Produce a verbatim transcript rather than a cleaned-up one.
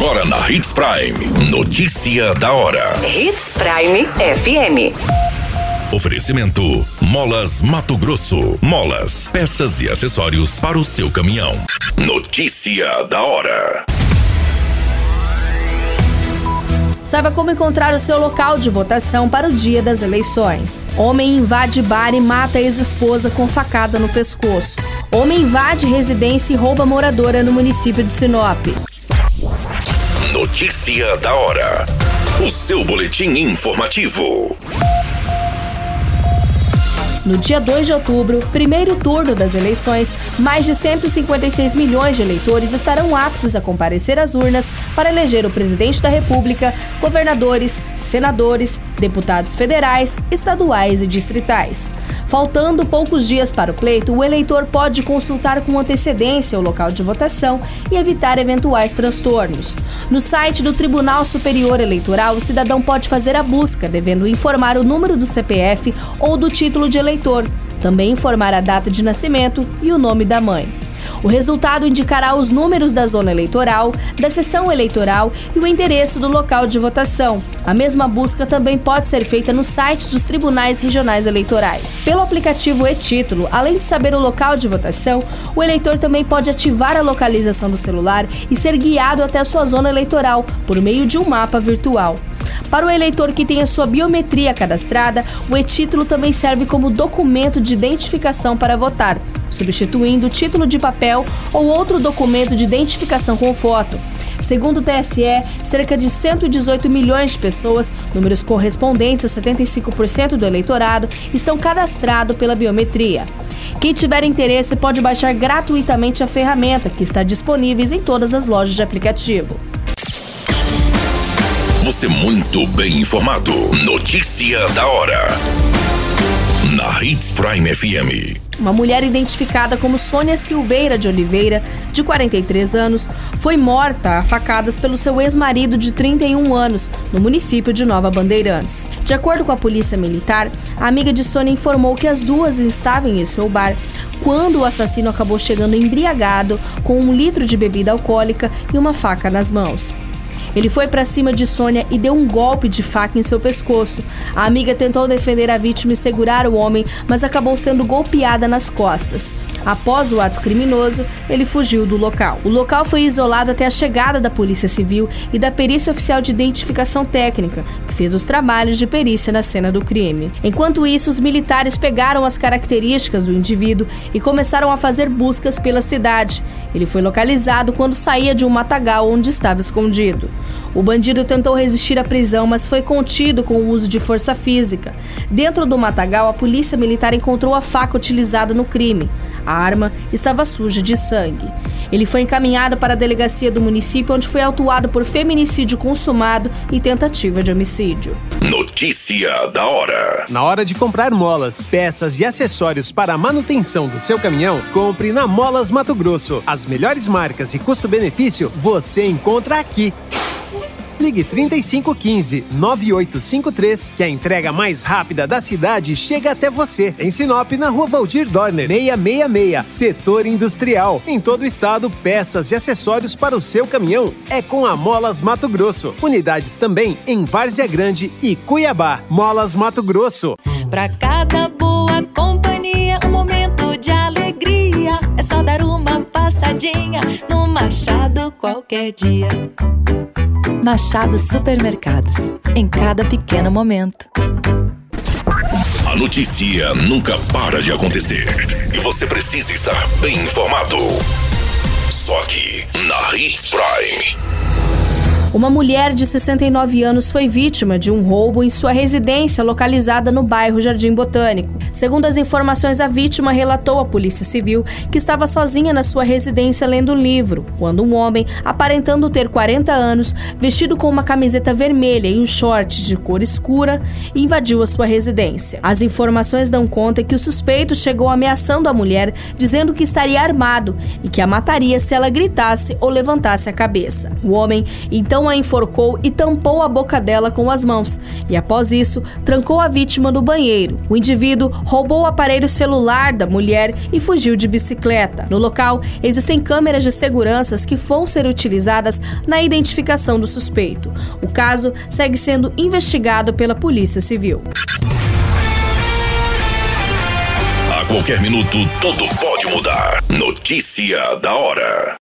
Agora na Hits Prime. Notícia da hora. Hits Prime F M. Oferecimento: Molas Mato Grosso. Molas, peças e acessórios para o seu caminhão. Notícia da hora. Saiba como encontrar o seu local de votação para o dia das eleições. Homem invade bar e mata a ex-esposa com facada no pescoço. Homem invade residência e rouba moradora no município de Sinop. Notícia da hora. O seu boletim informativo. No dia dois de outubro, primeiro turno das eleições, mais de cento e cinquenta e seis milhões de eleitores estarão aptos a comparecer às urnas para eleger o presidente da República, governadores, senadores, deputados federais, estaduais e distritais. Faltando poucos dias para o pleito, o eleitor pode consultar com antecedência o local de votação e evitar eventuais transtornos. No site do Tribunal Superior Eleitoral, o cidadão pode fazer a busca, devendo informar o número do C P F ou do título de eleitor, também informar a data de nascimento e o nome da mãe. O resultado indicará os números da zona eleitoral, da seção eleitoral e o endereço do local de votação. A mesma busca também pode ser feita nos sites dos tribunais regionais eleitorais. Pelo aplicativo e-Título, além de saber o local de votação, o eleitor também pode ativar a localização do celular e ser guiado até a sua zona eleitoral por meio de um mapa virtual. Para o eleitor que tem a sua biometria cadastrada, o e-Título também serve como documento de identificação para votar, substituindo o título de papel ou outro documento de identificação com foto. Segundo o T S E, cerca de cento e dezoito milhões de pessoas, números correspondentes a setenta e cinco por cento do eleitorado, estão cadastrados pela biometria. Quem tiver interesse pode baixar gratuitamente a ferramenta, que está disponível em todas as lojas de aplicativo. Você muito bem informado. Notícia da hora. Na Hits Prime F M. Uma mulher identificada como Sônia Silveira de Oliveira, de quarenta e três anos, foi morta a facadas pelo seu ex-marido de trinta e um anos, no município de Nova Bandeirantes. De acordo com a polícia militar, a amiga de Sônia informou que as duas estavam em seu bar quando o assassino acabou chegando embriagado com um litro de bebida alcoólica e uma faca nas mãos. Ele foi para cima de Sônia e deu um golpe de faca em seu pescoço. A amiga tentou defender a vítima e segurar o homem, mas acabou sendo golpeada nas costas. Após o ato criminoso, ele fugiu do local. O local foi isolado até a chegada da Polícia Civil e da Perícia Oficial de Identificação Técnica, que fez os trabalhos de perícia na cena do crime. Enquanto isso, os militares pegaram as características do indivíduo e começaram a fazer buscas pela cidade. Ele foi localizado quando saía de um matagal onde estava escondido. O bandido tentou resistir à prisão, mas foi contido com o uso de força física. Dentro do matagal, a polícia militar encontrou a faca utilizada no crime. A arma estava suja de sangue. Ele foi encaminhado para a delegacia do município, onde foi autuado por feminicídio consumado e tentativa de homicídio. Notícia da hora. Na hora de comprar molas, peças e acessórios para a manutenção do seu caminhão, compre na Molas Mato Grosso. As melhores marcas e custo-benefício você encontra aqui. Ligue trinta e cinco quinze, nove oito cinco três, que a entrega mais rápida da cidade chega até você. Em Sinop, na Rua Valdir Dorner, seiscentos e sessenta e seis, Setor Industrial. Em todo o estado, peças e acessórios para o seu caminhão é com a Molas Mato Grosso. Unidades também em Várzea Grande e Cuiabá. Molas Mato Grosso. Pra cada boa companhia, um momento de alegria. É só dar uma passadinha no Machado qualquer dia. Machado Supermercados, em cada pequeno momento. A notícia nunca para de acontecer e você precisa estar bem informado. Só aqui na Hits Prime. Uma mulher de sessenta e nove anos foi vítima de um roubo em sua residência localizada no bairro Jardim Botânico. Segundo as informações, a vítima relatou à Polícia Civil que estava sozinha na sua residência lendo um livro, quando um homem, aparentando ter quarenta anos, vestido com uma camiseta vermelha e um short de cor escura, invadiu a sua residência. As informações dão conta que o suspeito chegou ameaçando a mulher, dizendo que estaria armado e que a mataria se ela gritasse ou levantasse a cabeça. O homem, então, então a enforcou e tampou a boca dela com as mãos. E após isso, trancou a vítima no banheiro. O indivíduo roubou o aparelho celular da mulher e fugiu de bicicleta. No local, existem câmeras de segurança que vão ser utilizadas na identificação do suspeito. O caso segue sendo investigado pela Polícia Civil. A qualquer minuto, tudo pode mudar. Notícia da hora.